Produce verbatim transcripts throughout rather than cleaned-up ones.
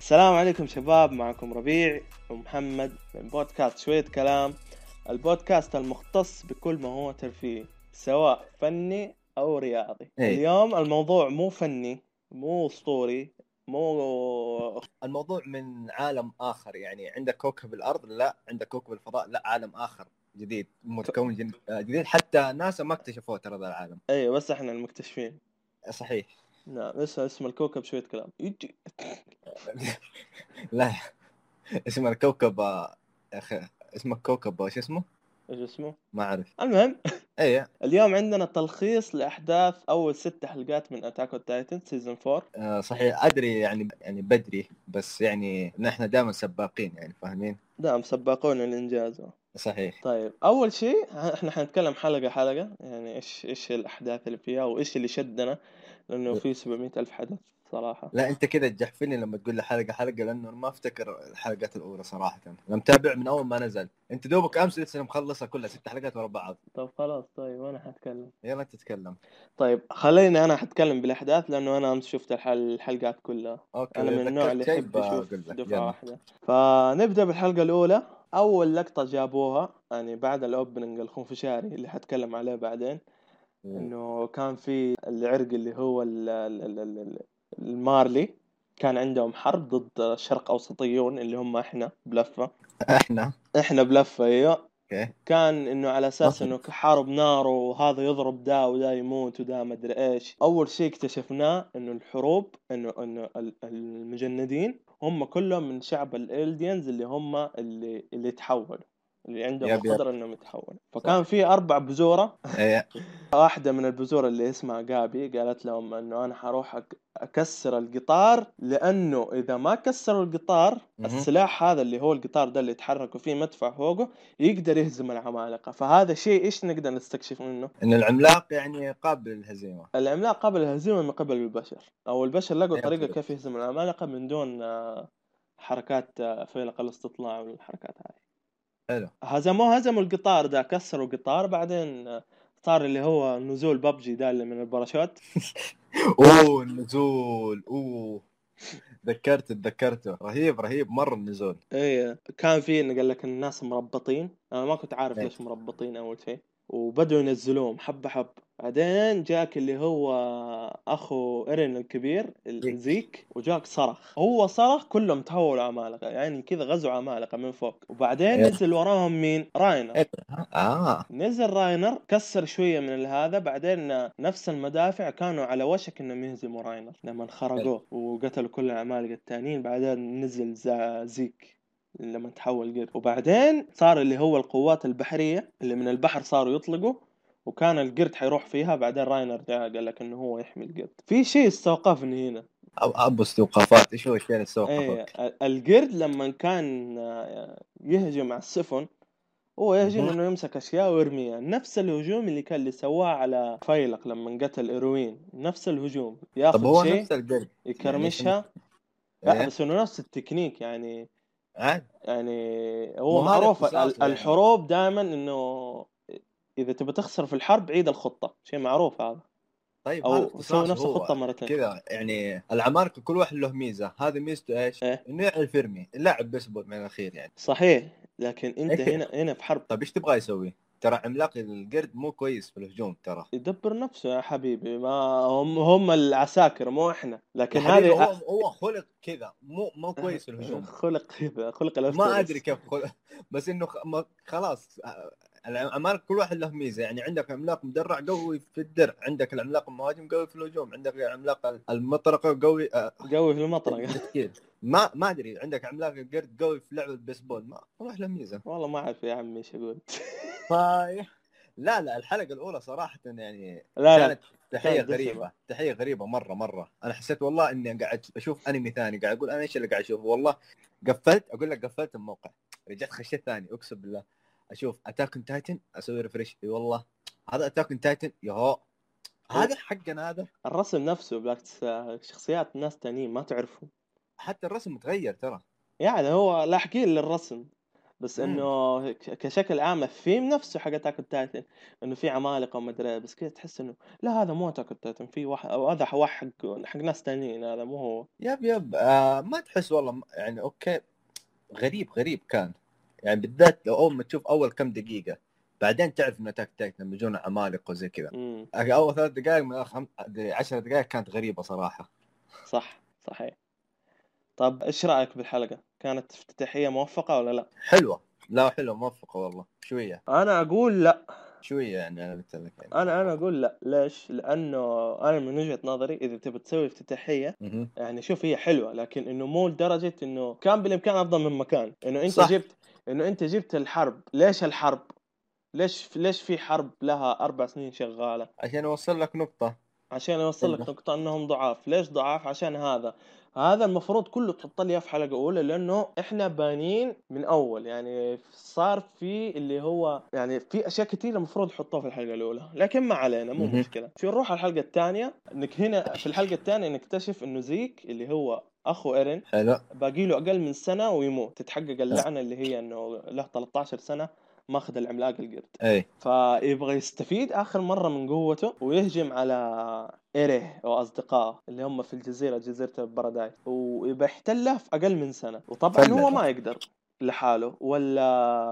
السلام عليكم شباب، معكم ربيع ومحمد من بودكاست شوية كلام. البودكاست المختص بكل ما هو ترفيهي سواء فني أو رياضي. ايه اليوم الموضوع مو فني، مو أسطوري، مو الموضوع من عالم آخر، يعني عندك كوكب الأرض، لا عندك كوكب الفضاء، لا عالم آخر جديد متكون جن- آه، جديد. حتى ناسا ما اكتشفوه ترى ذا العالم. أي بس إحنا المكتشفين. صحيح. نعم، اسم اسم الكوكب شوية كلام يجي. لا، اسمه الكوكب آه، يا أخي اسمه كوكب آه، شو اسمه؟ إيش اسمه؟ ما أعرف. المهم، ايه. اليوم عندنا تلخيص لأحداث أول ست حلقات من أتاك أون تايتن سيزون فور. آه، صحيح أدري، يعني يعني بدري، بس يعني نحن دائما سباقين، يعني فاهمين. نعم، سباقون الإنجاز. صحيح. طيب، اول شيء احنا حنتكلم حلقه حلقه، يعني ايش ايش الاحداث اللي فيها وايش اللي شدنا، لانه في سبعمية الف حدث صراحه. لا انت كذا تجحفني لما تقول لي حلقه حلقه، لانه أنا ما افتكر الحلقات الاولى صراحه. انا متابع من اول ما نزل، انت دوبك امس لسه مخلصها كلها ست حلقات ورا بعض. طب خلاص، طيب انا حتكلم. يلا تتكلم. طيب خليني انا حتكلم بالاحداث، لانه انا امس شفت الحل... الحلقات كلها. اوكي، انا واذا من النوع اللي ذكرت شيء يحب يشوف بقول لك دفعه يلا. واحده. فنبدا بالحلقه الاولى. اول لقطه جابوها يعني بعد الاوبننج الخنفشاري اللي حتكلم عليه بعدين، أوه. انه كان في العرق اللي هو ال- ال- ال- ال- المارلي، كان عندهم حرب ضد الشرق اوسطيون اللي هم احنا بلفة. احنا. احنا بلفة، ايوه. اوكي. كان انه على اساس مصر. انه حارب نار، وهذا يضرب دا ودا يموت ودا مدري ايش. اول شيء اكتشفناه انه الحروب، انه انه ال- المجندين هم كلهم من شعب الالديانز، اللي هم اللي اللي تحولوا، اللي عندهم يب يب. القدرة انهم يتحولوا. فكان صح. في اربع بذورة. ايه. واحدة من البذور اللي اسمها جابي قالت لهم انه انا حروح أك- اكسر القطار، لانه اذا ما كسروا القطار، مه. السلاح هذا اللي هو القطار ده اللي يتحركوا فيه مدفع فوقه، يقدر يهزم العمالقة. فهذا شيء ايش نقدر نستكشف منه؟ ان العملاق يعني قابل للهزيمه. العملاق قبل الهزيمة من قبل البشر، او البشر لقوا يب طريقة يب. كيف يهزم العمالقة من دون آه، حركات آه، فيلق الاستطلاع والحركات هذه. حلو. هزموه، هزموا القطار ده، كسروا القطار. بعدين آه، صار اللي هو نزول ببجي ده اللي من الباراشوت. اوه النزول، اوه ذكرت تذكرته، رهيب رهيب مره النزول. ايه، كان في انه قال لك الناس مربطين، انا ما كنت عارف إيه. ليش مربطين اول شيء. وبدأوا ينزلوهم حبة حب. بعدين جاك اللي هو اخو ايرين الكبير ذيك. زيك، وجاك صرخ، هو صرخ كلهم تحولوا عمالقة، يعني كذا غزوا عمالقة من فوق. وبعدين إيه. نزل وراهم مين؟ راينر. إيه. اه. نزل راينر كسر شوية من هذا. بعدين نفس المدافع كانوا على وشك انهم يهزموا راينر لما حلو. خرجوه وقتلوا كل العمالقة التانيين. بعدين نزل زا- زيك لما تحول قرد. وبعدين صار اللي هو القوات البحرية اللي من البحر صاروا يطلقوا، وكان القرد حيروح فيها. بعدين راينر جاء قال لك انه هو يحمي القرد. في شيء استوقفني هنا. أب- ابو استوقافات، ايش هو الشيء اللي ايه، استوقفك؟ ال- القرد لما كان آه، يهجم على السفن، هو يهجم مه. انه يمسك اشياء ويرميها. نفس الهجوم اللي كان اللي سواه على فيلق لما قتل ايروين، نفس الهجوم، طب ياخذ هو شيء نفس القرد، يعني ايش الم... يكرمشها. لا ايه. بس انه نفس التكنيك يعني. عاد. يعني هو مو هذا معروف اختصاصه ال- يعني. الحروب دائما انه اذا تبى تخسر في الحرب عيد الخطة، شيء معروف هذا. طيب هذا او سوي اختصاصه نفس الخطة هو مرتين. كذا، يعني العمالقه كل واحد له ميزه، هذه ميزته ايش؟ ايه انه يعرف يرمي، اللاعب بيسبول من الاخير يعني. صحيح، لكن انت ايه. هنا هنا في حرب. طب ايش تبغى يسوي؟ ترى عملاق القرد مو كويس في الهجوم ترى. يدبر نفسه يا حبيبي، ما هم هم العساكر مو احنا، يا لكن حبيبي هذه هو هو خلق كذا، مو مو كويس في الهجوم. خلق كذا، خلق ما ادري الافترس. كيف خلق. بس انه خ... ما... خلاص. العمالقه كل واحد له ميزه، يعني عندك عملاق مدرع قوي في الدرع، عندك العملاق المهاجم قوي في الهجوم، عندك العملاق المطرقه قوي آه، قوي في المطرقة. التفكير. ما ما ادري، عندك عملاق القرد قوي في لعب البيسبول، ما روح له ميزه. والله ما اعرف يا عمي ايش اقول. ف لا لا، الحلقه الاولى صراحه يعني لا لا، كانت تحيه كانت دسمة. غريبه، تحيه غريبه مره مره. انا حسيت والله اني قاعد اشوف انمي ثاني، قاعد اقول انا ايش اللي قاعد اشوفه والله. قفلت، اقول لك قفلت الموقع، رجعت خشيت ثاني، اقسم بالله اشوف اتاك تايتن، اسوي ريفريش، اي والله هذا اتاك تايتن ياهو، هو هذا حقنا هذا. الرسم نفسه بالعكس، شخصيات ناس تانيين ما تعرفهم. حتى الرسم متغير ترى. يعني هو لاحقين للرسم. بس امم انه ك- كشكل عام الثيم نفسه حق اتاك تايتن، انه في عمالقه وما ادري إيه، بس كذا تحس انه لا هذا مو اتاك تايتن، في واحد او هذا واحد حق حق ناس تانيين، هذا مو هو. يب يب آه ما تحس والله م- يعني اوكي، غريب غريب كان. يعني بالذات لو اول ما تشوف اول كم دقيقه، بعدين تعرف انه اتاك تايتن لما يجون عمالقه وزي كذا. امم اول ثلاث دقائق من خم... عشر دقائق كانت غريبه صراحه. صح صحيح. طب ايش رايك بالحلقه؟ كانت افتتاحيه موفقه ولا لا؟ حلوه، لا حلوه موفقه والله شويه. انا اقول لا. شويه يعني انا قلت لك يعني انا انا موفقه. اقول لا. ليش؟ لانه انا من وجهة نظري اذا تبي تسوي افتتاحية، مهم. يعني شوف هي حلوة لكن انه مو لدرجة انه كان بالامكان افضل من مكان. انه انت صح. جبت انه انت جبت الحرب. ليش الحرب؟ ليش ليش في حرب لها اربع سنين شغالة؟ عشان اوصل لك نقطه عشان يوصل انه لك نقطة انهم ضعاف. ليش ضعاف؟ عشان هذا هذا المفروض كله تحط لي في حلقة أولى، لأنه إحنا بانين من أول. يعني صار في اللي هو يعني في أشياء كتيرة المفروض تحطوها في الحلقة الأولى، لكن ما علينا مو مهم. مشكلة. في نروح على الحلقة الثانية، إنك هنا في الحلقة الثانية نكتشف إنه زيك اللي هو أخو إيرين حلو. باقي له أقل من سنة ويموت، تتحقق اللعنة اللي هي إنه له ثلاثة عشر سنة ماخذ العملاق القرد. اي. فيبغى يستفيد آخر مرة من قوته ويهجم على إيريه وأصدقائه اللي هم في الجزيرة، جزيرة البارادايس، ويبغى يحتله في أقل من سنة. وطبعا هو فلل. ما يقدر لحاله، ولا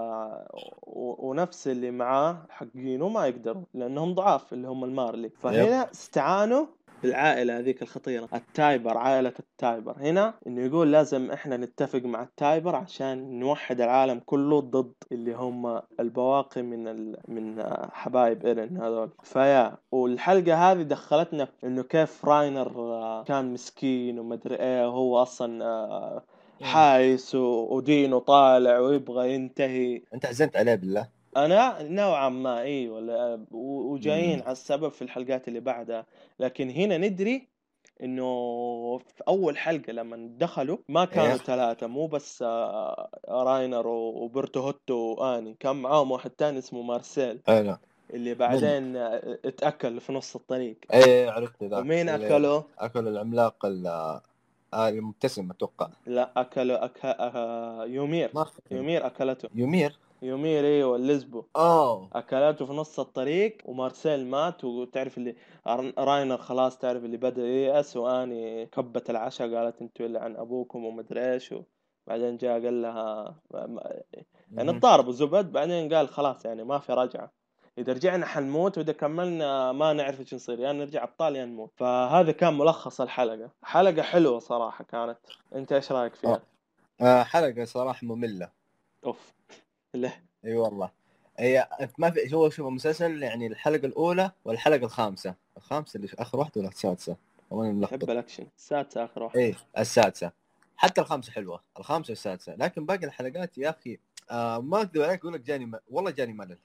و... ونفس اللي معاه حقينه ما يقدروا لأنهم ضعاف اللي هم المارلي. يب. فهنا استعانوا بالعائلة هذيك الخطيرة، التايبر، عائلة التايبر. هنا انه يقول لازم احنا نتفق مع التايبر عشان نوحد العالم كله ضد اللي هم البواقي من ال... من حبايب ايرين هذول. فيا والحلقة هذه دخلتنا في انه كيف راينر آه، كان مسكين ومدري ايه، وهو اصلا آه، مم. حايس و- ودينه طالع ويبغى ينتهي. انت حزنت عليه بالله. انا نوعا ما اي ولا و- مم. وجايين على السبب في الحلقات اللي بعدها. لكن هنا ندري انه في اول حلقة لما دخلوا ما كانوا ايه. ثلاثة، مو بس آه، راينر و- وبرتو هوتو واني، كان معاهم واحد تاني اسمه مارسيل حلو. اللي من؟ بعدين آه، اتأكل في نص الطريق. ايه عرفت ذاك ومين اللي اكله؟ اكل العملاق ال- آه المبتسم اتوقع. لا اكله أك... آه، يومير. ما أفتكر. يومير اكلته. يومير. يومير ايوه الليزبو اوه. اكلته في نص الطريق، ومارسيل مات. وتعرف اللي أر- راينر خلاص تعرف اللي بدأ ييأس، واني كبت العشاء قالت انتوا اللي عن ابوكم ومدري ايش. وبعدين جاء قال لها ما- يعني مهم. تضاربوا زبد، بعدين قال خلاص يعني ما في رجعة، اذا رجعنا حنموت واذا كملنا ما نعرف ايش نصير، يا يعني نرجع ابطال يا نموت. فهذا كان ملخص الحلقة. حلقة حلوة صراحة كانت. انت ايش رايك اه. فيها؟ آه، حلقة صراحة مملة. اوف. له. اي والله. هي ما في، هو شوف المسلسل يعني الحلقة الأولى والحلقة الخامسة، الخامسة اللي آخر واحدة ولا السادسة؟ وانا تحب ملخبط. الاكشن. السادسة اخر واحدة. ايه السادسة. حتى الخامسة حلوة، الخامسة والسادسة، لكن باقي الحلقات يا أخي آه ما أكذب عليك أقول لك جاني م... والله جاني ملل.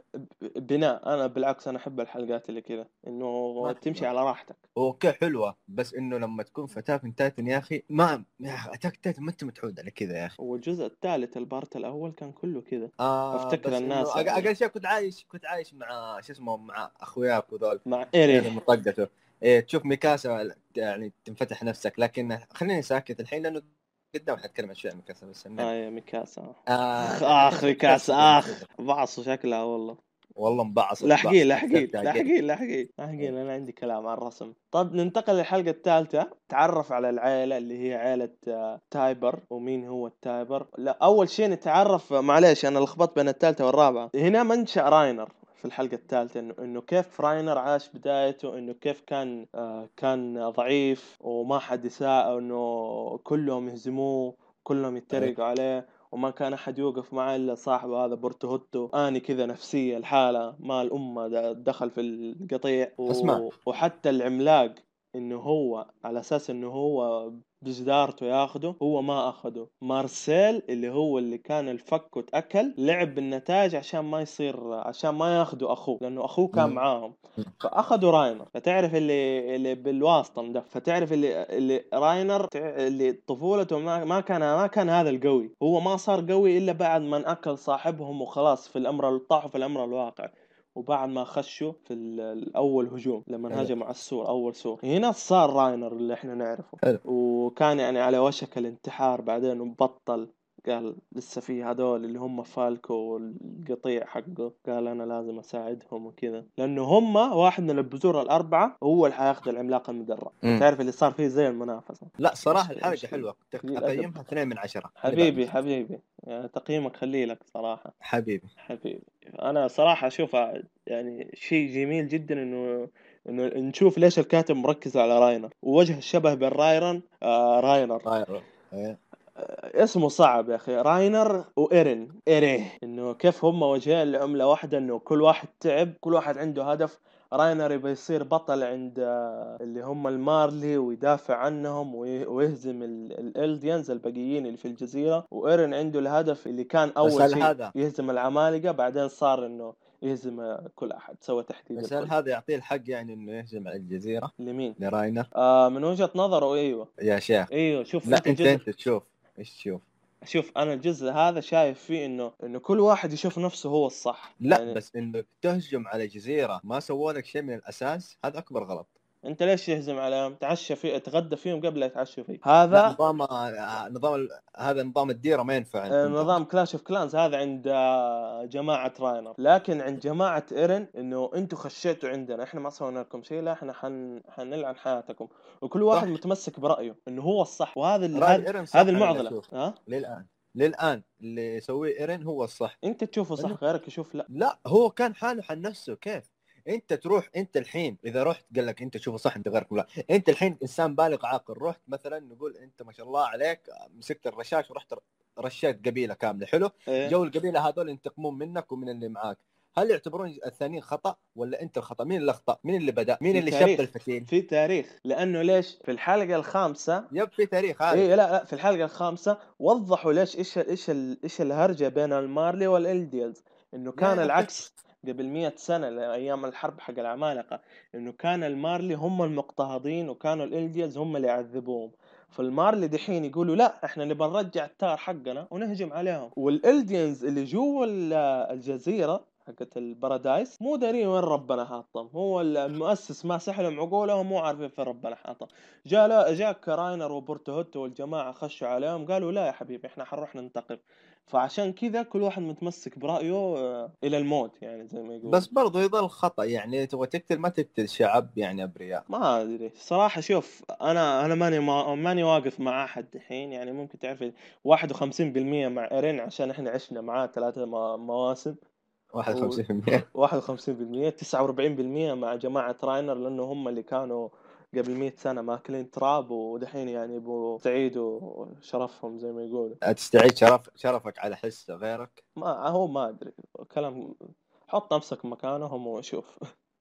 بناء انا بالعكس انا احب الحلقات اللي كذا ما انه أكذب تمشي عليك. على راحتك. اوكي حلوة، بس انه لما تكون في اتاك تايتن يا اخي ما يا اخي اتاك تايتن ما انت متعود على كذا يا اخي. والجزء الثالث البارت الاول كان كله كذا. آه افتكر بس انه الناس أق- يعني اقل شيء كنت عايش كنت عايش مع شو اسمه مع اخوياك وذول. مع ايه ايري. مطقته. إيه تشوف ميكاسا يعني تنفتح نفسك، لكن خليني ساكت الحين لانه قدام حتكلم عن شوي عن ميكاسا بس المهم. اه يا ميكاسا. آه اخ الحين اخ شوف كيف ميكاسا شكل اخ ميكاسا. بعصوا شكلها والله. والله مبعصت لاحقين بعص كيف لاحقين تعجب. لاحقين لاحقين لاحقين انا عندي كلام عن الرسم. طب ننتقل للحلقة الثالثة. تعرف على العائلة اللي هي عائلة آه، تايبر. ومين هو التايبر؟ لا اول شيء نتعرف، معليش انا لخبطت بين الثالثة والرابعة. هنا منشأ راينر في الحلقة الثالثة، انه انه كيف راينر عاش بدايته، انه كيف كان آه كان ضعيف وما حد يساعده، انه كلهم يهزموه كلهم إيه. يتريقوا عليه، وما كان أحد يوقف معه إلا صاحبه هذا بورتوهوتو. أني كذا نفسية الحالة ما الأمة د- دخل في القطيع اسمع. و... وحتى العملاق إنه هو على أساس إنه هو بجدارته ياخده، هو ما أخده. مارسيل اللي هو اللي كان الفك وتأكل لعب بالنتائج عشان ما يصير، عشان ما ياخدوا أخوه لأنه أخوه كان مم. معاهم. فاخذوا راينر. فتعرف اللي اللي بالواسطه ده، فتعرف اللي اللي راينر تع- اللي طفولته ما ما كان ما كان هذا القوي. هو ما صار قوي الا بعد ما انأكل صاحبهم وخلاص في الامر طاحوا في الامر الواقع. وبعد ما خشوا في ال- الاول هجوم لما حلو. هاجموا على السور، اول سور، هنا صار راينر اللي احنا نعرفه. حلو. وكان يعني على وشك الانتحار بعدين وبطل. قال لسه في هذول اللي هم فالكو والقطيع حقه، قال أنا لازم أساعدهم وكذا، لأنه هم واحد من البذور الأربعة هو اللي حياخذ العملاق المدرع. مم. وتعرف اللي صار فيه زي المنافسة. لا صراحه مش الحلقه مش حلوه، تق- قليل أدب. اقيمها اثنين من عشرة. أنا بعد حبيبي حبيبي يعني تقييمك خليه لك صراحة. حبيبي. حبيبي أنا صراحة أشوفها يعني شيء جميل جدا إنه إنه نشوف ليش الكاتب مركز على راينر، ووجه الشبه بين رايرن آه راينر راير إيه. آه، اسمه صعب يا أخي، راينر وإيرين إيرين، إنه كيف هم وجهين لعملة واحدة، إنه كل واحد تعب، كل واحد عنده هدف. راينر يبي يصير بطل عند آه، اللي هم المارلي ويدافع عنهم وي- ويهزم ال- الإلديانز البقيين اللي في الجزيرة. وإيرين عنده الهدف اللي كان بس أول هل شيء هذا يهزم العمالقة، بعدين صار إنه يهزم آه، كل أحد، سوى تحديد بس هل الكل. هذا يعطيه الحق يعني انه يهجم على الجزيره لمين؟ لراينر؟ آه من وجهة نظره أيوه. يا شيخ أيوه شوف لا أنت انت الجزء، انت تشوف ايش تشوف. شوف انا الجزء هذا شايف فيه انه انه كل واحد يشوف نفسه هو الصح لا يعني. بس انك تهجم على جزيره ما سووا لك شيء من الاساس، هذا اكبر غلط. انت ليش تهزم عليهم؟ تعشى فيه، اتغدى فيهم قبل لا يتعشوا فيه. لا هذا نظام آه، نظام ال- هذا نظام الديره ما ينفع آه، عندهم. نظام كلاش اوف كلانز هذا عند آه، جماعة راينر، لكن عند جماعة ايرن انه انتوا خشيتوا عندنا، احنا ما سوينا لكم شيء، لا احنا حن... حنلعن حياتكم. وكل واحد صح متمسك برأيه انه هو الصح، وهذا ال... راي هذا ايرن هذه صح، انا اللي المعضلة اشوف ها. للان للان اللي يسويه ايرن هو الصح. انت تشوفه صح، انه غيرك يشوف لا. لا هو كان حاله حل نفسه. كيف انت تروح انت الحين اذا رحت قال لك انت تشوفه صح انت غيرك لا، انت الحين انسان بالغ عاقل، رحت مثلا نقول انت ما شاء الله عليك مسكت الرشاش ورحت رشيت قبيله كامله حلو، ايه جو القبيله هذول ينتقمون منك ومن اللي معاك، هل يعتبرون الثانيين خطا ولا انت الخطا؟ مين اللي اخطا؟ مين اللي بدا؟ مين في اللي شب تاريخ، الفتيل؟ في تاريخ، لانه ليش في الحلقة الخامسة يب في تاريخ عارف. ايه لا لا في الحلقة الخامسة وضحوا ليش ايش ال- ايش ال- ايش الهرجة بين المارلي والإلديالز، انه يا كان يا فت العكس. قبل مئة سنة ايام الحرب حق العمالقة، انه كان المارلي هم المضطهدين وكانوا الإلديالز هم اللي يعذبوهم. فالمارلي دحين يقولوا لا احنا نبى نرجع التار حقنا ونهجم عليهم، والإلديانز اللي جوا ال- الجزيرة حقت البارادايس مو دارين وين ربنا حاطهم، هو المؤسس ماسح لهم عقولهم، مو عارفين فين ربنا حاطهم. جاء لا جاك راينر وبورتوهوتو والجماعة خشوا عليهم قالوا لا يا حبيبي احنا حنروح ننتقم. فعشان كذا كل واحد متمسك برأيه آه، إلى الموت يعني زي ما يقولوا. بس برضو يظل خطا، يعني تبغى تقتل ما تقتل شعب يعني ابرياء. ما ادري صراحة، شوف انا انا ماني ما ماني واقف مع احد الحين يعني، ممكن تعرف واحد وخمسين بالمية مع ايرين عشان احنا عشنا معاه ثلاثة ما- مواسم، و واحد وخمسين بالمئة. واحد وخمسين بالمية تسعة وأربعين بالمية مع جماعة راينر، لأنه هم اللي كانوا قبل مئة سنة ماكلين تراب، ودحين يعني يبغوا يستعيدوا شرفهم زي ما يقولوا. تستعيد شرف شرفك على حس غيرك. ما هو ما أدري كلام، حط نفسك مكانهم وشوف.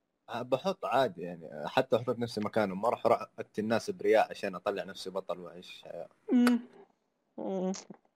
بحط عادي يعني، حتى احط نفسي مكانهم ما راح اروح اقتل الناس ابرياء عشان اطلع نفسي بطل واعيش حياه. مم. مم.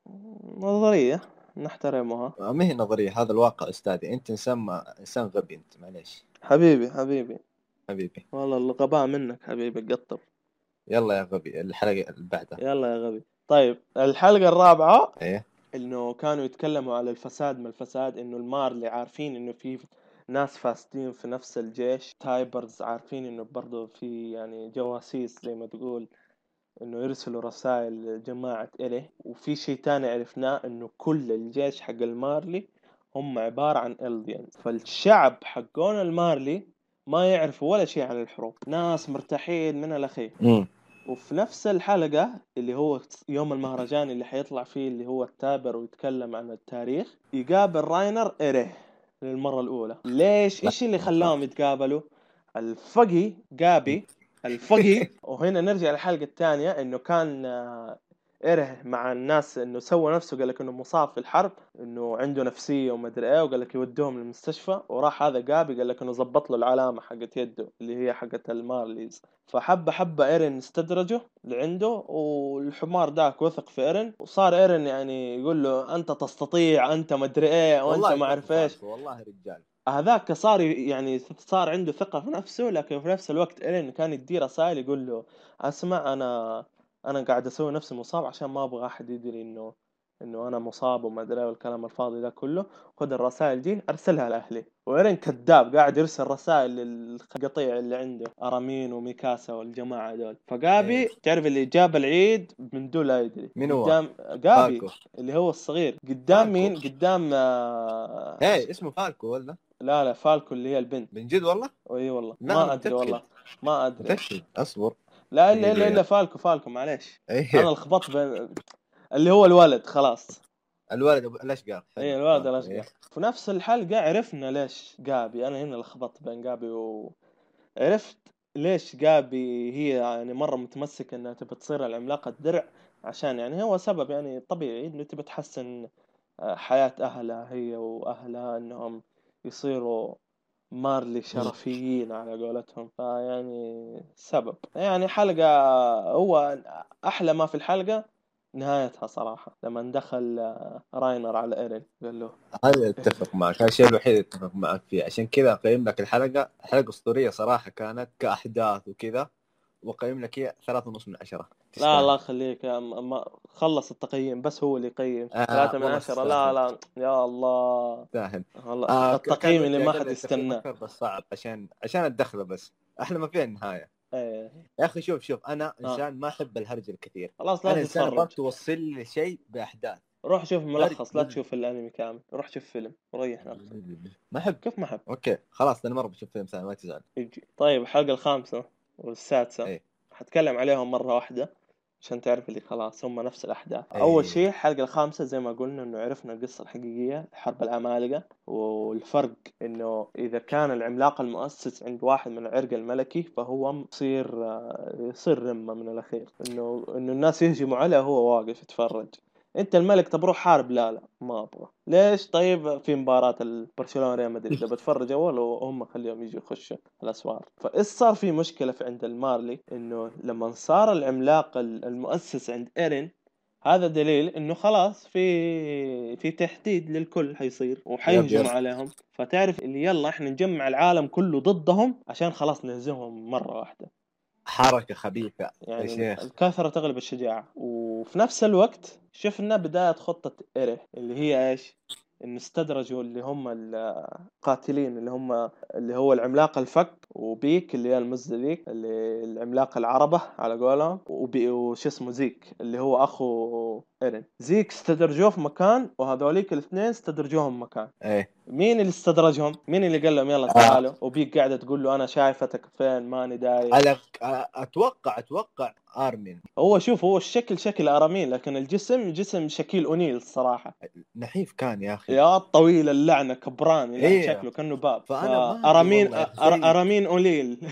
نظرية نحترمها. ما هي نظريه، هذا الواقع استاذي، انت انسان ما... انسان غبي انت، معليش. حبيبي حبيبي، حبيبي والله الغباء منك حبيبي قطر. يلا يا غبي الحلقه اللي بعدها. يلا يا غبي. طيب الحلقة الرابعة ايه انه كانوا يتكلموا على الفساد، ما الفساد انه المارلي عارفين انه في ناس فاسدين في نفس الجيش، تايبرز عارفين انه برضو في يعني جواسيس زي ما تقول، انه يرسلوا رسائل لجماعة إليه. وفي شيء تاني عرفناه انه كل الجيش حق المارلي هم عبارة عن إلديانز، فالشعب حقون المارلي ما يعرفوا ولا شيء عن الحروب، ناس مرتاحين من الأخير. امم وفي نفس الحلقة اللي هو يوم المهرجان اللي حيطلع فيه اللي هو التابر ويتكلم عن التاريخ، يقابل راينر إيريه للمرة الأولى. ليش؟ لا إيش اللي ما أخاف. خلاهم يتقابلوا؟ الفقي جابي الفقي وهنا نرجع للحلقة الثانية، إنه كان آه، إيريه مع الناس، إنه سوى نفسه قال لك إنه مصاب في الحرب، إنه عنده نفسية وما أدري إيه، وقال لك يودوهم للمستشفى، وراح هذا جابي قال لك إنه زبط له العلامة حقت يده اللي هي حقت المارليز. فحبة حبة إيرين استدرجه لعنده، والحمار داك وثق في إيرين، وصار إيرين يعني يقول له أنت تستطيع، أنت مدري إيه، وأنت والله ما كفو أعرف إيش. خالص والله رجال. هذاك صار يعني صار عنده ثقة في نفسه، لكن في نفس الوقت إيرين كان يدي رسائل يقول له أسمع أنا أنا قاعد أسوي نفسي مصاب عشان ما أبغى أحد يدري إنه انه انا مصاب وما ادري والكلام الفاضي ده كله، خذ الرسائل دي ارسلها لاهلي. وإيرين كذاب قاعد يرسل رسائل للقطيع اللي عنده ارامين وميكاسا والجماعه دول. فجابي إيه. تعرف اللي جاب العيد من دون لا يدري مين هو؟ قدام جابي فالكو. اللي هو الصغير قدام فالكو. مين قدام آه... ايه اسمه فالكو ولا؟ لا لا فالكو اللي هي البنت. من جد والله؟ اي والله لا أنا ما ادري متأكد. والله ما ادري. متأكد اصبر. لا الا الا الا فالكو فالكو معليش انا ايه لخبطت بين اللي هو الولد خلاص. الولد ابو الاشقر. اي الولد فالكو، الاشقر. إيه. في نفس الحلقة عرفنا ليش جابي، انا هنا لخبطت بين جابي وعرفت ليش جابي هي يعني مرة متمسكة انها تبي تصير العملاقة الدرع، عشان يعني هو سبب يعني طبيعي انه تبي تحسن آه، حياة اهلها هي واهلها، انهم يصيروا مارلي مم. شرفيين على قولتهم. فيعني سبب يعني حلقة، هو أحلى ما في الحلقة نهايتها صراحة لما دخل آه، راينر على إيرين قال له هذا اتفق معك، هذا الشيء الوحيد اللي اتفق معك فيه، عشان كذا اقيم لك الحلقه حلقه اسطوريه صراحه كانت كاحداث وكذا، واقيم لك هي ثلاثة ونص من عشرة. لا تستاهل. لا خليك يا م- ما خلص التقييم بس هو اللي يقيم آه ثلاثة من والله عشرة. لا تستاهل. لا يا الله تستاهل. والله آه ك- كان التقييم اللي ودي ما اقول حد لك تقييم يستناه. اكثر بس صعب عشان عشان الدخله، بس احلى ما فيها النهايه. ايه يا اخي شوف شوف انا ها انسان ما احب الهرج الكثير، خلاص لا انا انسان ابغاك تتفرج، توصل لي شيء باحداث. روح شوف هرج ملخص لا تشوف الانمي كامل، روح شوف فيلم وريح نفسك. ما احب. كيف ما احب؟ اوكي خلاص انا مره بشوف فيلم ثاني ما تزعل. يجي طيب. الحلقة الخامسة والسادسة ايه حتكلم عليهم مرة واحدة عشان تعرف اللي خلاص هم نفس الأحداث. أول ايه شيء الحلقة الخامسة زي ما قلنا إنه عرفنا القصة الحقيقية لحرب العمالقة، والفرق إنه إذا كان العملاق المؤسس عند واحد من العرق الملكي فهو يصير آه، يصير رمة من الأخير، إنه إنه الناس يهجموا عليه وهو واقف يتفرج. انت الملك تبروح حارب، لا لا ما ابغى. ليش؟ طيب في مباراة البرشلونة ريال مدريد ده بتفرج اول وهم خليهم يجوا يخشوا الاسوار. فايش صار في مشكلة في عند المارلي انه لما صار العملاق المؤسس عند ايرين، هذا دليل انه خلاص في في تحديد للكل حيصير يب وحيهجموا يب. عليهم. فتعرف اللي يلا احنا نجمع العالم كله ضدهم عشان خلاص نهزمهم مرة واحدة. حركه خبيثه يا يعني شيخ. الكثرة تغلب الشجاعة. وفي نفس الوقت شفنا بداية خطة إيريه اللي هي إيش؟ إن استدرجوا اللي هم القاتلين اللي هم اللي هو العملاق الفك، وبيك اللي هي المزة ذيك اللي العملاق العربة على قولهم، وبي وش اسمه زيك اللي هو أخو إيرين. زيك استدرجوه في مكان وهذوليك الاثنين استدرجوهم مكان. ايه مين اللي استدرجهم؟ مين اللي قال لهم يلا آه. تعالوا؟ وبيك قاعدة تقول له أنا شايفتك فين ماني داير. على اتوقع اتوقع ارمين. هو شوف هو الشكل شكل ارامين لكن الجسم جسم شكيل اونيل الصراحه. نحيف كان يا اخي. يا طويل اللعنه كبران يلعن ايه شكله كانه باب. فانا ما ادري ارامين والله أر- شيء ارامين اوليل.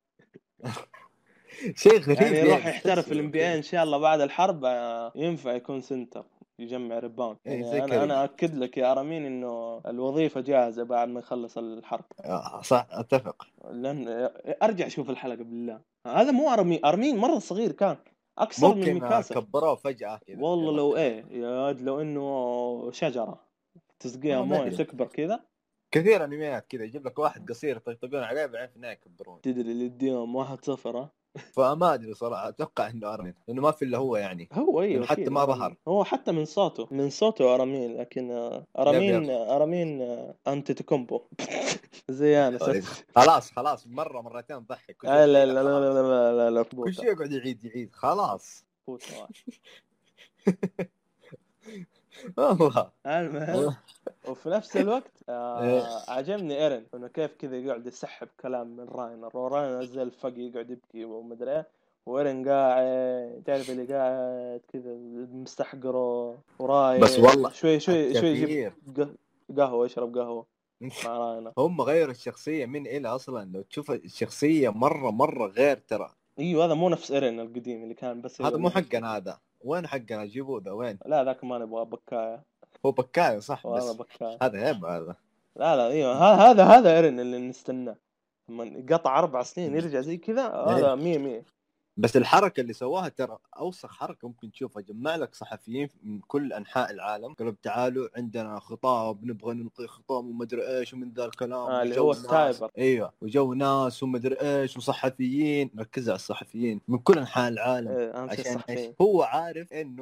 شيء غريب يعني يروح يعني يحترف في تحسه الام بي اي كذا. ان شاء الله بعد الحرب آه، ينفع يكون سنتر يجمع ريباوند. ايه زي يعني انا انا كريم. اكد لك يا ارامين انه الوظيفه جاهزه بعد ما يخلص الحرب. آه صح اتفق. لان ارجع شوف الحلقه بالله، هذا مو ارامين، ارمين مره صغير كان اقصر من ممكن آه، ميكاسا. كبروه فجأة كذا والله يلا لو كبر. ايه يا واد لو انه شجرة تسقيها آه ما مويه ادري تكبر كذا. كثير انميات كذا يجيب لك واحد قصير يطقطقون عليه بعدين في النهايه يكبرون. تدري اللي يديهم واحد صفر ها؟ فما ادري صراحه اتوقع انه ارمين لانه ما في الا هو يعني. هو لانه ايوه حتى اكيد ما أرامين. ظهر. هو حتى من صوته من صوته ارامين، لكن آه، يب يب. ارامين ارامين آه، انتي تكومبو. زي انا ست. خلاص خلاص مره مرتين ضحك كل شيء لا لا تعيده لا لا خلاص. لا لا لا لا كل فوتة شيء يقعد يعيد يعيد خلاص. فوتة واحد. والله. المهم وفي نفس الوقت إيه. آه عجبني ايرن انه كيف كذا يقعد يسحب كلام من راينر، وراينر نزل الفق يقعد يبكي ومدري ايه، وايرن قاعد تعرف اللي قاعد كذا مستحقره ورايق بس والله شوي شوي شوي يجيب التغيير. ق- قهوه يشرب قهوه مع راينر. هم غيروا الشخصيه من الى اصلا لو تشوف الشخصيه مره مره غير ترى. ايوه هذا مو نفس ايرن القديم اللي كان بس هذا يقعد مو يضحك. حقنا هذا. وين حقنا جيبوه ذا وين؟ لا ذاك ما نبغى بكايه. هو بكايه صح والله بس بكايه. هذا عيب هذا. لا لا ايوه ه- هذا هذا ايرن اللي نستناه لما قطع اربع سنين يرجع زي كذا، هذا مية مية. بس الحركه اللي سواها ترى اوسخ حركه ممكن تشوفها. جمع لك صحفيين من كل انحاء العالم قالوا تعالوا عندنا خطاب نبغى نلقي خطاب ومدري ايش ومن ذا الكلام. آه اللي هو السايبر. ايوه وجو ناس ومدري ايش وصحفيين. ركز على الصحفيين من كل انحاء العالم. إيه، اهم شيء عشان ايش؟ الصحفيين. هو عارف انه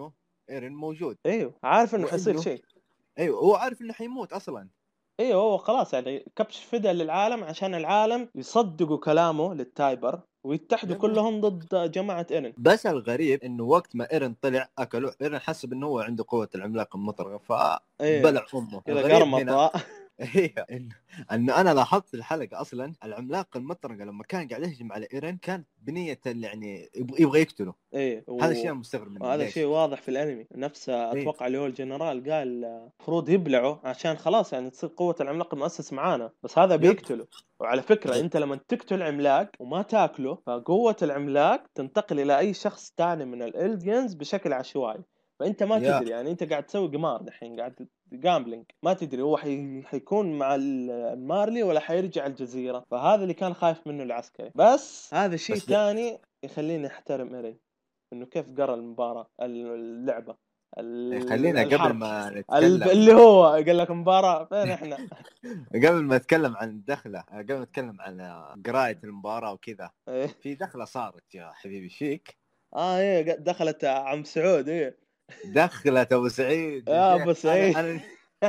ايرين موجود. ايوه عارف انه حيصير وإنه شيء. ايوه هو عارف انه حيموت اصلا. ايوه هو خلاص يعني كبش فدا للعالم عشان العالم يصدقوا كلامه للتايبر ويتحدوا يب يب. كلهم ضد جماعة ايرين. بس الغريب انه وقت ما ايرين طلع اكلوا، ايرين حسب انه هو عنده قوه العملاق المطرقه ايوه فبلع امه. كذا الغريب هنا قرمطة. هي انه انه انا لاحظت في الحلقه اصلا العملاق المطرقه لما كان قاعد يهجم على ايرين كان بنيه يعني يبغى يبغى يقتله. ايه هذا و... الشيء انا مستغرب منه وهذا شيء ليش. واضح في الانمي نفسه. ايه اتوقع اللي هو الجنرال قال المفروض يبلعه عشان خلاص يعني تصير قوة العملاق المؤسس معانا، بس هذا يب بيقتله. وعلى فكرة انت لما تقتل عملاق وما تاكله فقوة العملاق تنتقل الى اي شخص تاني من الالدينز بشكل عشوائي. فانت ما يا تدري يعني انت قاعد تسوي قمار دحين قاعد جامبلينج، ما تدري هو حي... حيكون مع المارلي ولا حيرجع الجزيرة. فهذا اللي كان خايف منه العسكري. بس هذا شيء بس ثاني يخليني احترم إيرين، انه كيف قرا المباراة اللعبة ال- خلينا قبل الحرب ما ال- نتكلم اللي هو قال لك مباراة فين احنا. قبل ما نتكلم عن الدخله، قبل ما نتكلم عن قرايه المباراه وكذا، ايه في دخله صارت يا حبيبي فيك. اه ايه دخلت عم سعود ايه. دخلة ابو سعيد يا يا شيخ. ابو انا سعيد. انا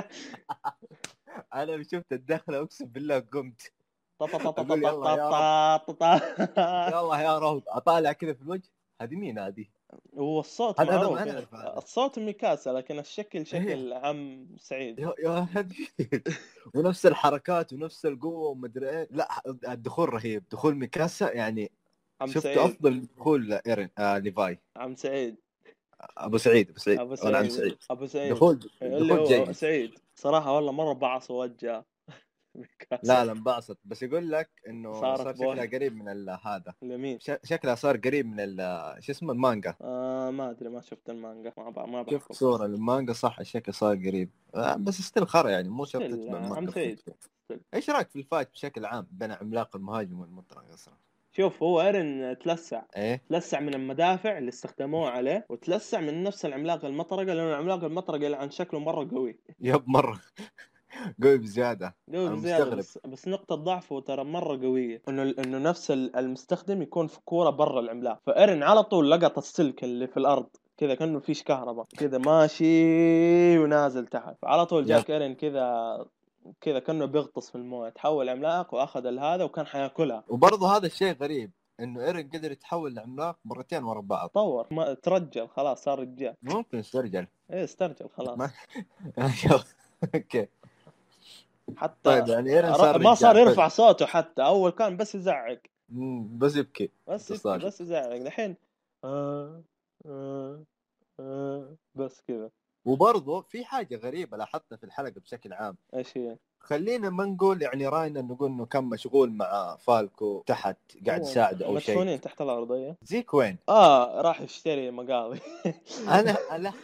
انا شفت الدخله اقسم بالله قمت طا طا طا طا اقول طا يلا طا يا رب، طا طا طا. يلا يا رب. اطالع كذا في الوجه، هذه مين هذه؟ هو الصوت هذا هذا معروف ما يعني. نعرف هذا. الصوت ميكاسا لكن الشكل هي شكل عم سعيد. يا يا هدي. ونفس الحركات ونفس القوه ومدري ايه. لا الدخول رهيب، دخول ميكاسا يعني عم شفته سعيد. افضل من دخول ايرين آه ليفاي. عم سعيد. ابو سعيد ابو سعيد ابو ولا عم سعيد. سعيد. ابو سعيد دخول اللي دخول هو جيد. سعيد صراحة والله مرة بعص وجه ميكاسا. لا لا انبسط، بس يقول لك انه صارت صار بوي. شكلها قريب من ال- هذا لمين؟ ش- شكلها صار قريب من ال- شو اسمه المانجا. آه ما ادري ما شفت المانجا ما بع- ما شفت بحكم. صورة المانجا صح، الشكل صار قريب آه بس ستيل خرا يعني، مو شرط ستيل تتبع عم المانجا. سعيد. ايش رايك في الفايت بشكل عام بين عملاق المهاجم والمطرق اصلا؟ شوف هو ايرن تلسع ايه تلسع من المدافع اللي استخدموه عليه وتلسع من نفس العملاق المطرقة لأنه العملاق المطرقة اللي عن شكله مرة قوي. يب مره. قوي بزياده. قوي انا بزيادة مستغرب. بس بس نقطة ضعفه ترى مرة قوية انه انه نفس ال- المستخدم يكون في كورة برا العملاق. فايرن على طول لقط السلك اللي في الارض كذا كأنه فيش كهرباء كذا ماشي ونازل تحت. فعلى طول يب جاك ايرن كذا كذا كأنه بيغطس في المويه تحول عملاق واخذ هذا وكان حياكلها. وبرضه هذا الشيء غريب انه ايرين قدر يتحول لعملاق مرتين ورا بعض. طور ما ترجل خلاص صار رجال. ممكن يسترجل. ايه استرجل ما خلاص. اوكي. حتى طيب يعني ايرين صار ر- ما صار رجال حلو. يرفع صوته حتى اول كان بس يزعق. مم، بس يبكي بس يبكي تصالح. بس يزعق دحين آه آه آه بس كذا. وبرضه في حاجه غريبه لاحظتها في الحلقه بشكل عام. ايش هي؟ خلينا ما نقول يعني راينا نقول انه كان مشغول مع فالكو تحت قاعد هو يساعده او شيء. مدفونين تحت الارضيه. زيك وين؟ اه راح يشتري مقاضي. انا انا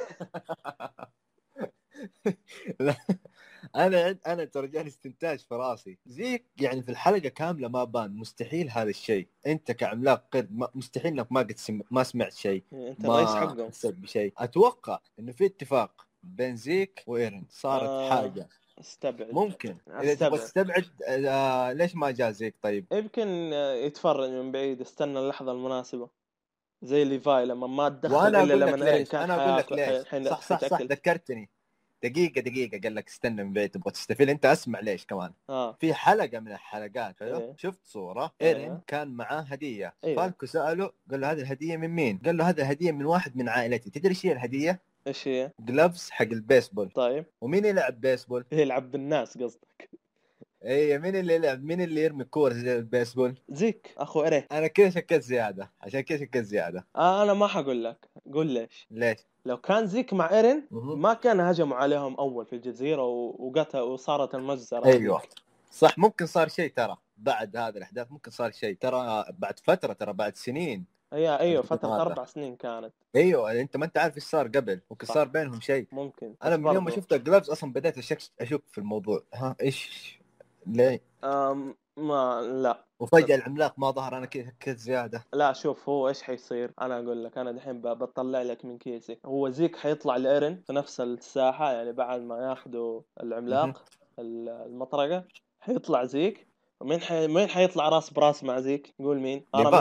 لا انا انا ترى جاني استنتاج في راسي. زيك يعني في الحلقه كامله ما بان، مستحيل هذا الشيء. انت كعملاق قرد ما- مستحيل انك ما قد سم... ما سمعت شيء، انت الرئيس ما حقهم. حسيت بشيء. اتوقع انه في اتفاق بين زيك وايرن صارت آه حاجه. استبعد. ممكن اذا تبغى استبعد. تستبعد آه ليش ما جاء زيك طيب؟ يمكن آه، يتفرج من بعيد استنى اللحظه المناسبه زي ليفاي لما ما تدخل وانا الا اقول لك لما ايرن ليش، كان انا اقول لك حياكل ليش. حي... حي... صح صح صح حيتاكل. ذكرتني. دقيقه دقيقه قال لك استنى من بعيد تبغى تستفيد انت، اسمع ليش كمان. اه في حلقه من الحلقات حلو إيه. شفت صوره إيه. ايرين كان معاه هديه. إيه. فالكو ساله قال له هذه الهديه من مين؟ قال له هذه الهديه من واحد من عائلتي. تدري ايش هي الهديه؟ ايش هي؟ جلافز حق البيسبول. طيب ومين يلعب بيسبول؟ يلعب بالناس قصدك. اي مين اللي يلعب، مين اللي يرمي كوره زي البيسبول؟ زيك اخو ايرين. انا كذا شكيت زياده، عشان كذا شكيت زياده. آه انا ما حقول لك قول ليش. ليش؟ لو كان زيك مع ايرين مه. ما كان هجموا عليهم اول في الجزيره و- وقتل وصارت المجزره. ايوه هذيك. صح، ممكن صار شيء ترى بعد هذه الاحداث، ممكن صار شيء ترى بعد فتره، ترى بعد سنين. هي ايوه الفترة فتره هذا. اربع سنين كانت. ايوه انت ما انت عارف ايش صار قبل، ممكن صح. صار بينهم شيء. ممكن انا بس من يوم ما برضو. شفت الجلافز اصلا بديت اشك اشك في الموضوع. ها ايش ليه؟ أم ما لا وفجاه العملاق ما ظهر، انا كذا شكيت زياده. لا شوف هو ايش حيصير انا اقول لك. انا دحين ب- بطلع لك من كيسي. هو زيك حيطلع لايرن في نفس الساحه يعني بعد ما ياخذوا مه. العملاق ال- المطرقه. حيطلع زيك ومين حي... مين حيطلع راس براس مع زيك؟ قول مين؟ ارى ليفاي. مين؟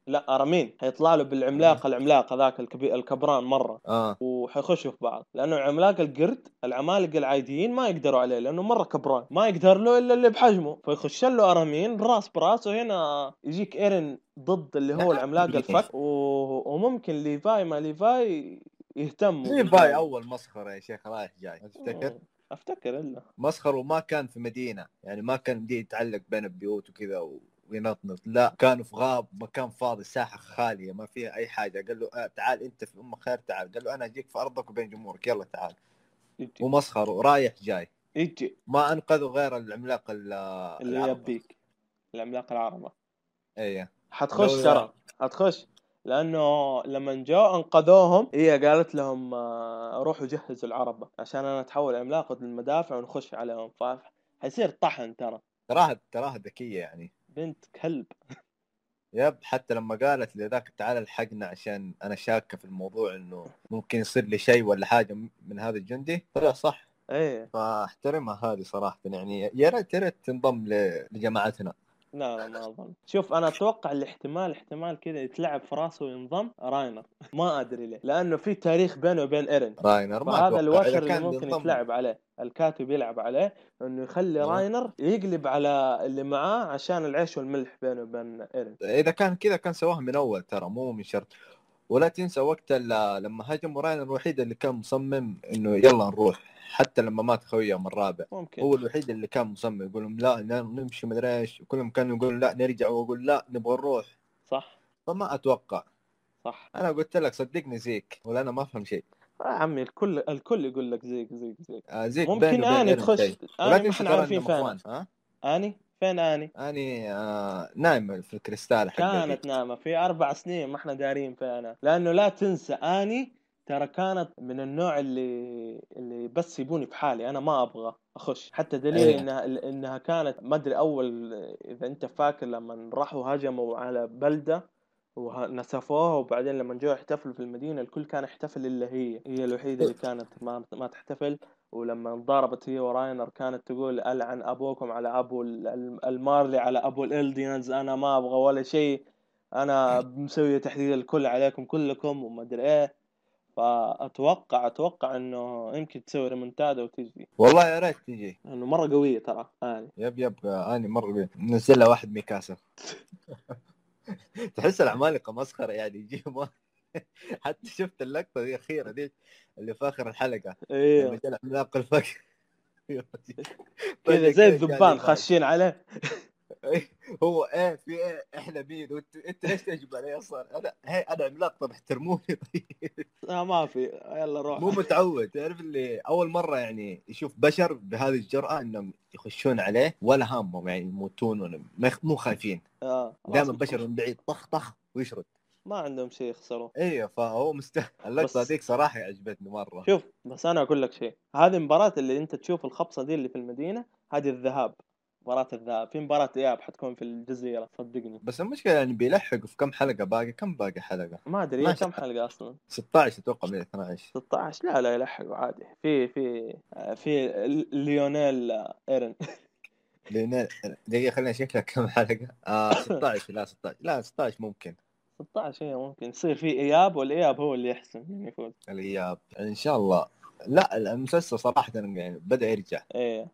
لا ارامين حيطلع له بالعملاق العملاق هذاك الكبير الكبران مره، اه وحيخشوا في بعض، لانه عملاق القرد العمالقه العاديين ما يقدروا عليه لانه مره كبران، ما يقدر له الا اللي بحجمه، فيخش له ارامين راس براس، وهنا يجيك ايرن ضد اللي هو العملاق يعني الفك و... وممكن ليفاي ما ليفاي يهتموا ليفاي بالجانب. اول مسخره يا شيخ رايح جاي، ما تفتكر؟ مم، افتكر الا مسخر، وما كان في مدينه، يعني ما كان دي يتعلق بين البيوت وكذا و... وينطنط، لا كانوا في غاب، مكان فاضي، ساحه خاليه ما فيها اي حاجه. قال له آه تعال انت في ام خير، تعال. قال له انا اجيك في ارضك وبين جمهورك، يلا تعال. يجي ومسخر ورايح جاي. يجي ما انقذوا غير العملاق ال- اللي العربه. يبيك العملاق العربة. ايه حتخش لولا. ترى، حتخش، لانه لما جاء انقذوهم هي قالت لهم آه، روحوا جهزوا العربة عشان انا اتحول عملاق المدافع ونخش عليهم، فحيصير طحن ترى. تراها تراها ذكيه يعني. بنت كلب. يب، حتى لما قالت لذاك تعال الحقنا عشان انا شاكه في الموضوع انه ممكن يصير لي شيء ولا حاجه من هذا الجندي، طلع صح. ايه فاحترمها هذه صراحه، يعني يا ريت يا ريت تنضم ل- لجماعتنا. لا لا ما اظن. شوف انا اتوقع الاحتمال احتمال كذا يتلعب في راسه وينضم راينر، ما ادري ليه، لانه في تاريخ بينه وبين ايرن، راينر ما فهذا اتوقع اذا الوتر اللي كان ممكن بينضم. يتلعب عليه، الكاتب يلعب عليه انه يخلي أيوه. راينر يقلب على اللي معاه عشان العيش والملح بينه وبين ايرن. اذا كان كذا كان سواها من اول ترى، مو من شرط. ولا تنسى وقت ال- لما هاجم راينر الوحيد اللي كان مصمم انه يلا نروح، حتى لما مات خويهم الرابع. ممكن. هو الوحيد اللي كان مصمم يقول لهم لا لا نمشي مدري ايش، وكلهم كانوا يقولون لا نرجع، واقول لا نبغى نروح. صح فما اتوقع. صح. انا قلت لك صدقني زيك، ولا انا ما افهم شيء. آه يا عمي الكل الكل يقول لك زيك زيك زيك. آه زيك بيني ممكن وبين اني ايرن تخش، شيء. ولا اني ما تنسى احنا ترى عارفين انهم فينها. اخوان. ها اني فين اني اني آه نايم في الكريستال حق ذيك. كانت نامة في أربع سنين ما احنا دارين فينا، لأنه لا تنسى آني ترى كانت من النوع اللي اللي بس يبوني في حالي، أنا ما أبغى أخش، حتى دليل ايه إنها إنها كانت ما أدري أول، إذا أنت فاكر لما راحوا هجموا على بلدة ونسفوها، وبعدين لما جو يحتفلوا في المدينة الكل كان يحتفل إلا هي هي الوحيدة اللي كانت ما ما تحتفل. ولما انضربت هي وراينر كانت تقول ألعن أبوكم على أبو ال- المارلي على أبو الإلديانز، أنا ما أبغى ولا شيء، أنا مسوي تحديد الكل عليكم كلكم وما أدري إيه. فأتوقع أتوقع إنه يمكن تسوي ريمونتادا وتجي، والله يا ريت تجي. لأنه مرة قوية ترى يعني. يب يب آه، اني مره بي. نزل له واحد ميكاسا. تحس العمالقه مسخره يعني يجيهم. حتى شفت اللقطه دي الاخيره دي اللي في اخر الحلقه لما إيه جاء العملاق الفقر. كذا فجاه زي كذا جاء الذبان ليفاي. خاشين عليه. إيه، هو ايه في ايه احنا مين وانت انت ليش تهجم علي اصلا؟ انا هي انا عملاق، طب احترموني. طيب آه ما في، يلا روح. مو متعود، تعرف اللي اول مره يعني يشوف بشر بهذه الجرأة انهم يخشون عليه ولا هامهم يعني يموتون، ولا ما يخ- مو خايفين. آه دائما خلاص بشر من بعيد طخ طخ ويشرد. ما عندهم شيء يخسروا. ايوه فهو مستاهل. اللقطه بس ذيك صراحه عجبتني مره. شوف، بس انا اقول لك شيء، هذه المباراة اللي انت تشوف الخبصة دي اللي في المدينة، هذه الذهاب، مباراة الذهاب، في مباراة اياب حتكون في الجزيرة صدقني. بس المشكله يعني بيلحقوا في كم حلقه باقي، كم باقي حلقه؟ ما ادري هي اثنا عشر كم حلقة اصلا. ستة عشر اتوقع من اثنا عشر. ستة عشر لا لا يلحقوا عادي، في في في ليونيل ايرن. لان دقيقه خلينا نشوف لك كم حلقه. آه ستة عشر، لا ستة عشر، لا ستة عشر ممكن. ستة عشر هي ممكن يصير في اياب، والاياب هو اللي يحسم مين يفوز. الاياب ان شاء الله. لا المسلسل صراحه يعني بدا يرجع. ايه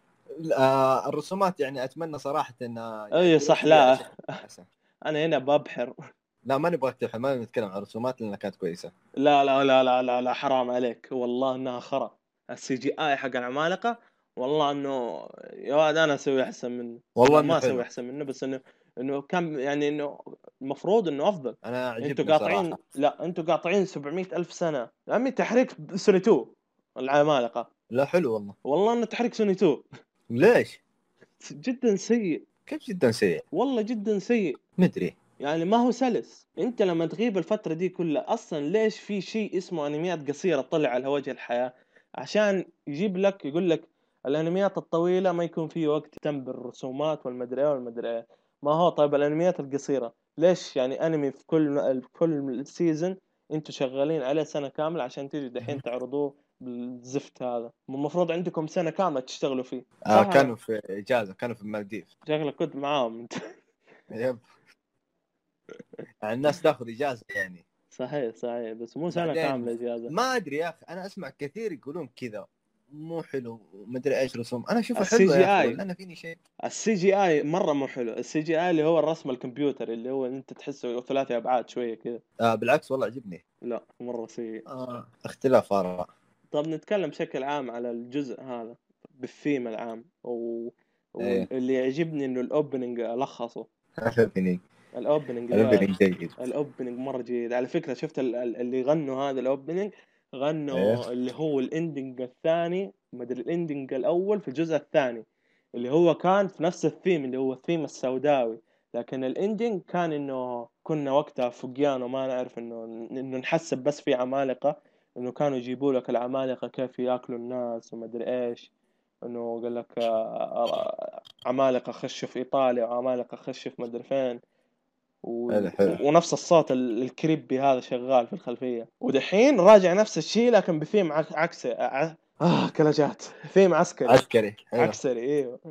آه الرسومات يعني اتمنى صراحه ان اي يعدلون صح. فيها لا اشياء احسن. انا هنا ببحر. لا ما نبغى نتكلم، ما نتكلم عن الرسومات لانها كانت كويسه. لا لا لا لا لا, لا حرام عليك والله انها خرا. السي جي اي حق العمالقة والله انه يا واد انا اسوي احسن منه. والله لا انه ما اسوي حلو. احسن منه، بس انه انه كم يعني انه المفروض انه افضل. انا انتوا عجبني قاطعين، صراحه. لا انتوا قاطعين سبعمية الف سنة يا عمي تحريك سوني تو العمالقة. لا حلو والله. والله انه تحريك سوني تو ليش؟ جدا سيء. كيف جدا سيء؟ والله جدا سيء. مدري. يعني ما هو سلس. انت لما تغيب الفترة دي كلها اصلا ليش في شيء اسمه انميات قصيرة تطلع على وجه الحياة؟ عشان يجيب لك يقول لك الانميات الطويلة ما يكون في وقت تهتم بالرسومات والمدري ايه والمدري ايه. ما هو طيب الانميات القصيرة ليش يعني انمي في كل في كل سيزون انتوا شغالين عليه سنة كاملة عشان تيجي دحين تعرضوه بالزفت هذا؟ المفروض عندكم سنة كاملة تشتغلوا فيه آه صح كانوا ولا؟ في اجازه، كانوا في المالديف. شكلك كنت معاهم انت. يب. يعني الناس تاخذ اجازه يعني. صحيح صحيح، بس مو سنة بعدين كاملة إجازة. ما ادري يا اخي، انا اسمع كثير يقولون كذا مو حلو ومدري ايش رسوم، انا اشوفه السي حلو جي يا اخي، اي ولا انا فيني شيء؟ السي جي اي مرة مو حلو. السي جي اي اللي هو الرسم الكمبيوتر، اللي هو انت تحسه ثلاثي ابعاد شوية كذا. آه بالعكس والله عجبني. لا مرة سيء. آه اختلاف اراء. طب نتكلم بشكل عام على الجزء هذا بالثيم العام و... ايه واللي يعجبني انه الاوبننج لخصه. الاوبننج الاوبننج لا، الاوبننج جيد. الاوبننج مره جيد على فكره. شفت ال- ال- اللي غنوا هذا الاوبننج، ايه غنوا اللي هو الاندنج الثاني، مدري الاندنج الاول في الجزء الثاني، اللي هو كان في نفس الثيم اللي هو الثيم السوداوي. لكن الاندنج كان انه كنا وقتها فوقيان وما نعرف انه انه نحسب بس في عمالقه، انه كانوا يجيبوا لك العمالقه كيف ياكلوا الناس ومدري ايش. انه قال لك آه، آه، عمالقه خشوا في ايطاليا وعمالقه خشوا في مدري فين، حلو و... حلو. ونفس الصوت ال- الكريبي هذا شغال في الخلفية. ودحين راجع نفس الشيء لكن بثيم عك... عكس ع... آه كلاجات، ثيم عسكري. عسكري حلو. عكسري ايوه.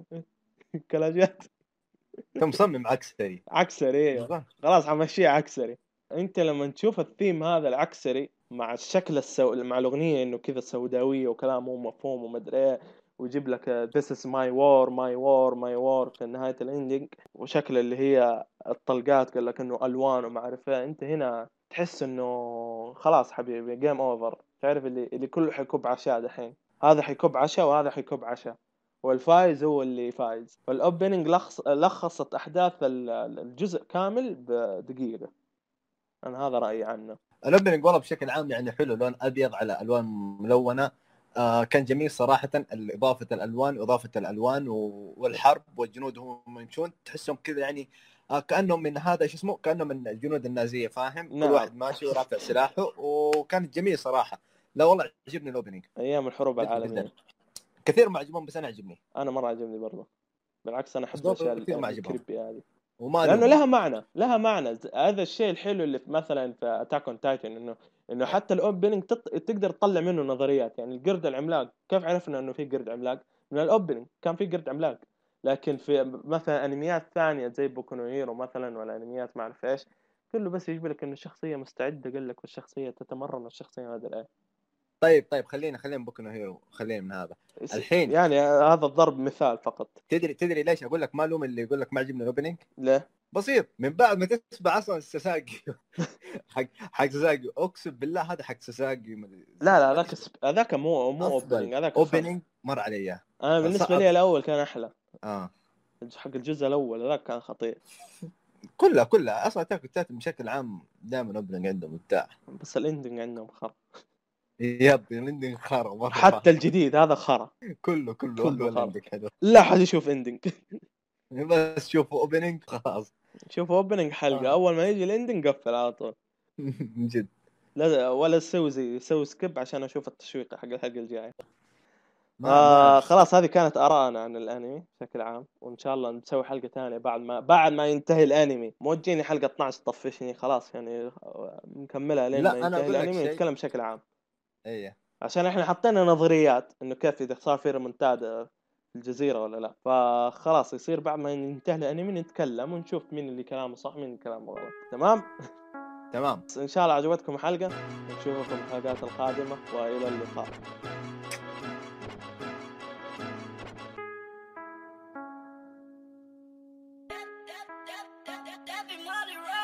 كلاجات انت مصمم عسكري. عكسري ايوه. بالضبط. خلاص حمشيه عكسري. انت لما تشوف الثيم هذا العكسري مع الشكل السو... مع الاغنيه انه كذا سوداويه وكلام مو مفهوم ومدري ايه، ويجيب لك this is my war my war my war في نهايه الاندنج، وشكل اللي هي الطلقات قال لك انه الوان وما اعرف ايه. انت هنا تحس انه خلاص حبيبي جيم اوفر. تعرف اللي اللي كله حيكب عشاء دحين، هذا حيكب عشاء وهذا حيكب عشاء، والفايز هو اللي فايز. فالاوبننج لخص لخصت احداث ال- الجزء كامل بدقيقه. انا هذا رايي عنه. الاوبننج والله بشكل عام يعني حلو، لون ابيض على الوان ملونه. آه كان جميل صراحه، اضافه الالوان اضافه الالوان و- والحرب والجنود هم يمشون تحسهم كذا يعني. آه كانهم من هذا شو اسمه، كانهم من الجنود النازيه، فاهم؟ كل نعم. واحد ماشي ورافع سلاحه، وكانت جميل صراحه. لا والله عجبني الاوبننج ايام الحروب جدا جدا. العالميه. كثير ما عجبهم بس انا عجبني. انا مره عجبني برضه، بالعكس انا بس احب الاشياء برضه ال- كثير ما عجبهم الكريبي هذه، وما لانه الومهم. لها معنى. لها معنى ز- هذا الشيء الحلو اللي في مثلا في اتاك اون تايتن، انه انه حتى الاوبننج تط... تقدر تطلع منه نظريات. يعني القرد العملاق كيف عرفنا انه في قرد عملاق؟ من الاوبننج كان في قرد عملاق. لكن في مثلا انميات ثانيه زي بوكو نو هيرو مثلا، ولا انميات ما اعرف ايش، كله بس يجيب لك انه الشخصيه مستعده قال لك، والشخصيه تتمرن، والشخصيه ما ادري ايه. طيب طيب خلينا خلينا بوكو نو هيرو، خلينا من هذا الحين. يعني هذا الضرب مثال فقط. تدري تدري ليش اقول لك ما لوم اللي يقول لك ما عجبني الاوبننج؟ ليه؟ بسيط، من بعد ما تسمع اصلا الساساجي حق حق ساساجي، اقسم بالله هذا حق ساساجي لا لا هذاك سب... هذاك مو مو افضل اوبننج، هذاك خ... اوبننج مر علي اياه. انا بالنسبه لي الاول كان احلى. اه حق الجزء الاول هذاك كان خطير. كلها كلها اصلا تاكل تاكل بشكل عام دائما اوبننج عندهم مبدع. بس الاندنج عندهم خرا. يب الاندنج خرا مره. حتى الجديد هذا خرا. كله كله كله والله خرا. الاندنج حلو. لا حد يشوف اندنج. بس شوفوا اوبننج خلاص. شوف اوبننج حلقه، آه. اول ما يجي الاندنج قفل على طول. من جد. لا ولا تسوي زي سوي سكيب عشان اشوف التشويق حق الحلقه الجايه. ما ما آه أعرف. خلاص هذه كانت آراءنا عن الأنمي بشكل عام، وإن شاء الله نسوي حلقة ثانية بعد ما بعد ما ينتهي الأنمي. مو تجيني حلقة اثناشر تطفشني خلاص يعني، نكملها لين ما لا انا ينتهي اقول لك الأنمي شيء. ونتكلم بشكل عام. ايه عشان احنا حطينا نظريات انه كيف اذا صار في ريمونتادا في الجزيرة ولا لا، فخلاص يصير بعد ما ينتهي الأنمي نتكلم ونشوف مين اللي كلامه صح مين اللي كلامه غلط. تمام. تمام. إن شاء الله عجبتكم الحلقة، نشوفكم في الحلقات القادمة، وإلى اللقاء. That be money, right?